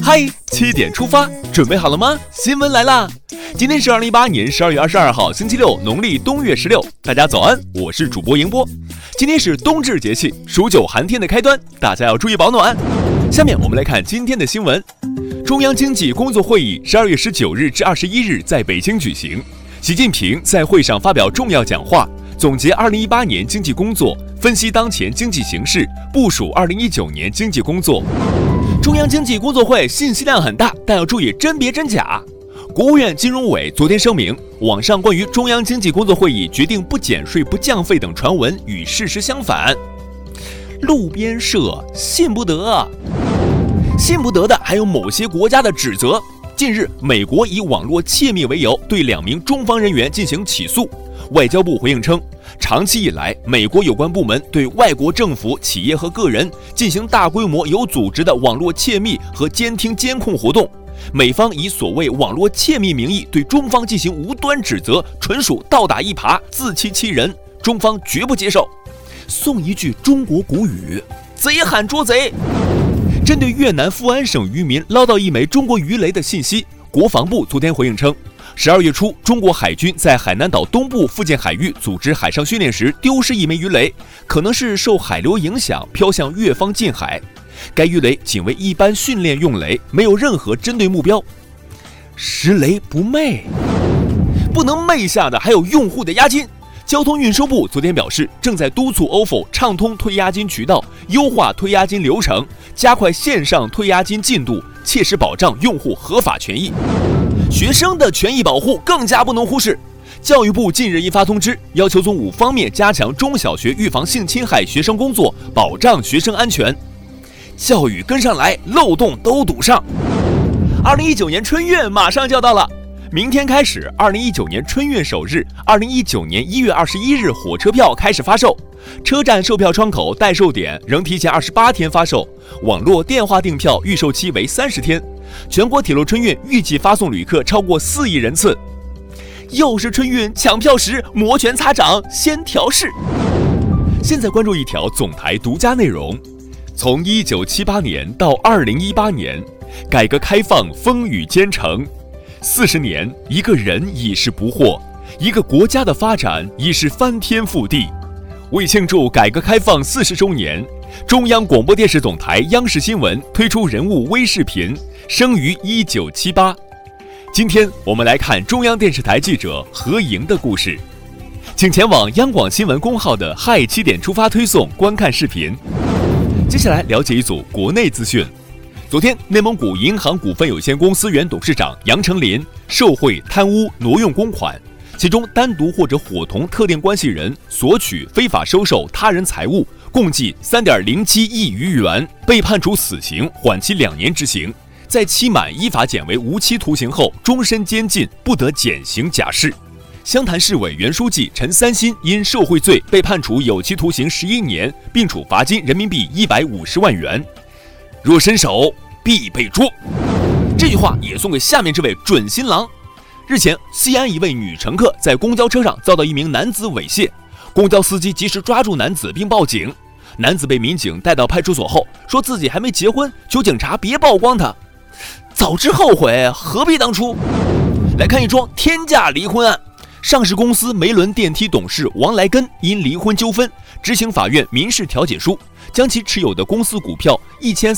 嗨，7点出发，准备好了吗？新闻来啦！今天是2018年12月22号，星期六，农历冬月16。大家早安，我是主播迎波。今天是冬至节气，数9寒天的开端，大家要注意保暖。下面我们来看今天的新闻。中央经济工作会议12月19日至21日在北京举行，习近平在会上发表重要讲话，总结2018年经济工作，分析当前经济形势，部署2019年经济工作。中央经济工作会信息量很大，但要注意甄别真假。国务院金融委昨天声明，网上关于中央经济工作会议决定不减税不降费等传闻与事实相反。路边社，信不得。信不得的还有某些国家的指责。近日，美国以网络窃密为由对2名中方人员进行起诉。外交部回应称，长期以来，美国有关部门对外国政府、企业和个人进行大规模有组织的网络窃密和监听监控活动。美方以所谓网络窃密名义对中方进行无端指责，纯属倒打一耙、自欺欺人，中方绝不接受。送一句中国古语：贼喊捉贼。针对越南富安省渔民捞到1枚中国鱼雷的信息，国防部昨天回应称，12月初，中国海军在海南岛东部附近海域组织海上训练时丢失1枚鱼雷，可能是受海流影响飘向越方近海。该鱼雷仅为一般训练用雷，没有任何针对目标。识雷不昧，不能昧下的还有用户的押金。交通运输部昨天表示，正在督促 OFO 畅通退押金渠道，优化退押金流程，加快线上退押金进度，切实保障用户合法权益。学生的权益保护更加不能忽视。教育部近日印发通知，要求从5方面加强中小学预防性侵害学生工作，保障学生安全。教育跟上来，漏洞都堵上。2019年春运马上就要到了，明天开始，2019年春运首日，2019年1月21日火车票开始发售，车站售票窗口代售点仍提前28天发售，网络电话订票预售期为30天。全国铁路春运预计发送旅客超过4亿人次。又是春运抢票时摩拳擦掌，先调试。现在关注一条总台独家内容。从1978年到2018年，改革开放风雨兼程，40年，一个人已是不惑，一个国家的发展已是翻天覆地。为庆祝改革开放40周年，中央广播电视总台央视新闻推出人物微视频，生于1978。今天我们来看中央电视台记者何莹的故事，请前往央广新闻公号的嗨7点出发推送观看视频。接下来了解一组国内资讯。昨天，内蒙古银行股份有限公司原董事长杨成林受贿、贪污、挪用公款，其中单独或者伙同特定关系人索取、非法收受他人财物，共计3.07亿余元，被判处死刑，缓期2年执行。在期满依法减为无期徒刑后，终身监禁，不得减刑假释。湘潭市委原书记陈三新因受贿罪被判处有期徒刑11年，并处罚金人民币150万元。若伸手，必被捉。这句话也送给下面这位准新郎。日前，西安一位女乘客在公交车上遭到1名男子猥亵，公交司机及时抓住男子并报警。男子被民警带到派出所后，说自己还没结婚，求警察别曝光他。早知后悔，何必当初？来看一桩天价离婚案。上市公司梅伦电梯董事王来根因离婚纠纷，执行法院民事调解书，将其持有的公司股票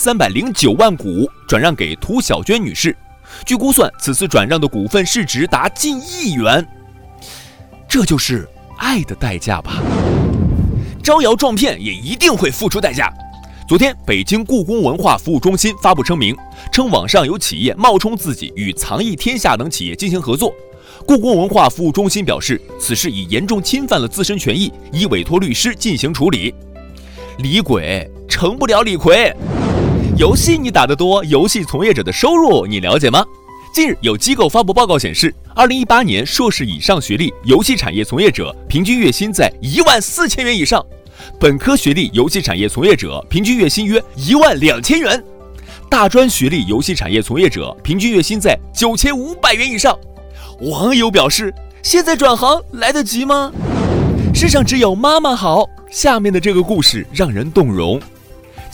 1309万股转让给涂小娟女士。据估算，此次转让的股份市值达近1亿元。这就是爱的代价吧？招摇撞骗也一定会付出代价。昨天，北京故宫文化服务中心发布声明，称网上有企业冒充自己与藏艺天下等企业进行合作。故宫文化服务中心表示，此事已严重侵犯了自身权益，已委托律师进行处理。李鬼成不了李逵。游戏你打得多，游戏从业者的收入你了解吗？近日有机构发布报告显示，2018年硕士以上学历游戏产业从业者平均月薪在14000元以上，本科学历游戏产业从业者平均月薪约12000元，大专学历游戏产业从业者平均月薪在9500元以上。网友表示，现在转行来得及吗？世上只有妈妈好。下面的这个故事让人动容。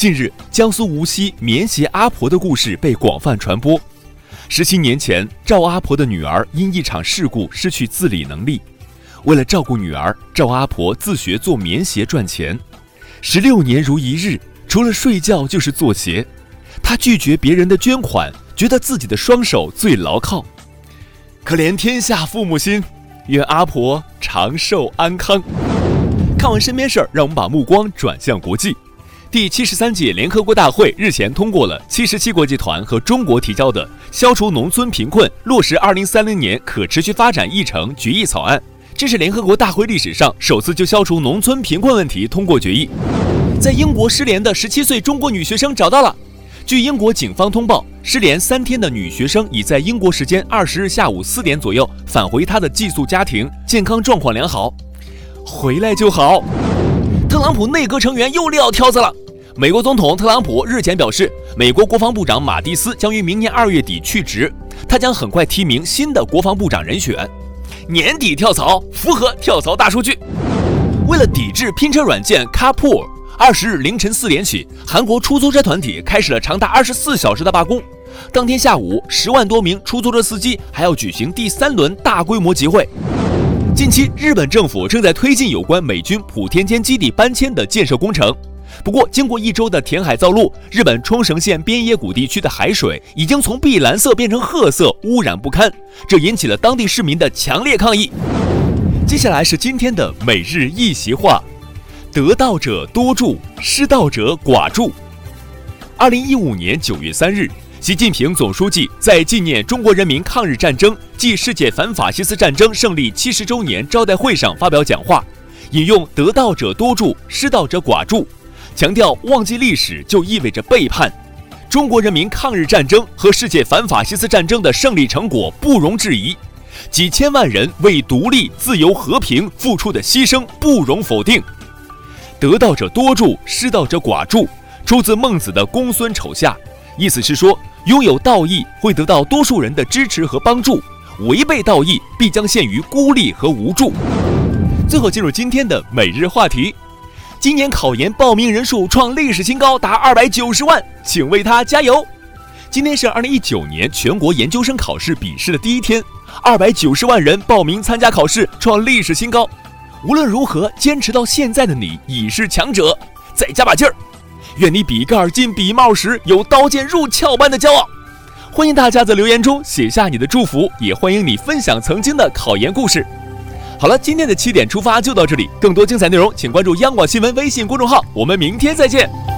近日，江苏无锡棉鞋阿婆的故事被广泛传播。17年前，赵阿婆的女儿因一场事故失去自理能力，为了照顾女儿，赵阿婆自学做棉鞋赚钱。16年如一日，除了睡觉就是做鞋。她拒绝别人的捐款，觉得自己的双手最牢靠。可怜天下父母心，愿阿婆长寿安康。看完身边事儿，让我们把目光转向国际。第73届联合国大会日前通过了77国集团和中国提交的消除农村贫困、落实2030年可持续发展议程决议草案。这是联合国大会历史上首次就消除农村贫困问题通过决议。在英国失联的17岁中国女学生找到了。据英国警方通报，失联3天的女学生已在英国时间20日下午4点左右返回她的寄宿家庭，健康状况良好。回来就好。特朗普内阁成员又撂挑子了。美国总统特朗普日前表示，美国国防部长马蒂斯将于明年2月底去职，他将很快提名新的国防部长人选。年底跳槽，符合跳槽大数据。为了抵制拼车软件 Carpool，20日凌晨4点起，韩国出租车团体开始了长达24小时的罢工。当天下午，10万多名出租车司机还要举行第3轮大规模集会。近期，日本政府正在推进有关美军普天间基地搬迁的建设工程。不过，经过1周的填海造陆，日本冲绳县边野古地区的海水已经从碧蓝色变成褐色，污染不堪，这引起了当地市民的强烈抗议。接下来是今天的每日一席话：得道者多助，失道者寡助。2015年9月3日，习近平总书记在纪念中国人民抗日战争暨世界反法西斯战争胜利70周年招待会上发表讲话，引用得道者多助，失道者寡助，强调忘记历史就意味着背叛。中国人民抗日战争和世界反法西斯战争的胜利成果不容置疑，几千万人为独立、自由、和平付出的牺牲不容否定。得道者多助，失道者寡助，出自孟子的公孙丑下，意思是说，拥有道义会得到多数人的支持和帮助，违背道义必将陷于孤立和无助。最后进入今天的每日话题。今年考研报名人数创历史新高，达290万，请为他加油。今天是2019年全国研究生考试笔试的第一天，290万人报名参加考试，创历史新高。无论如何，坚持到现在的你已是强者，再加把劲儿。愿你笔盖进笔帽时有刀剑入鞘般的骄傲。欢迎大家在留言中写下你的祝福，也欢迎你分享曾经的考研故事。好了，今天的7点出发就到这里，更多精彩内容请关注央广新闻微信公众号，我们明天再见。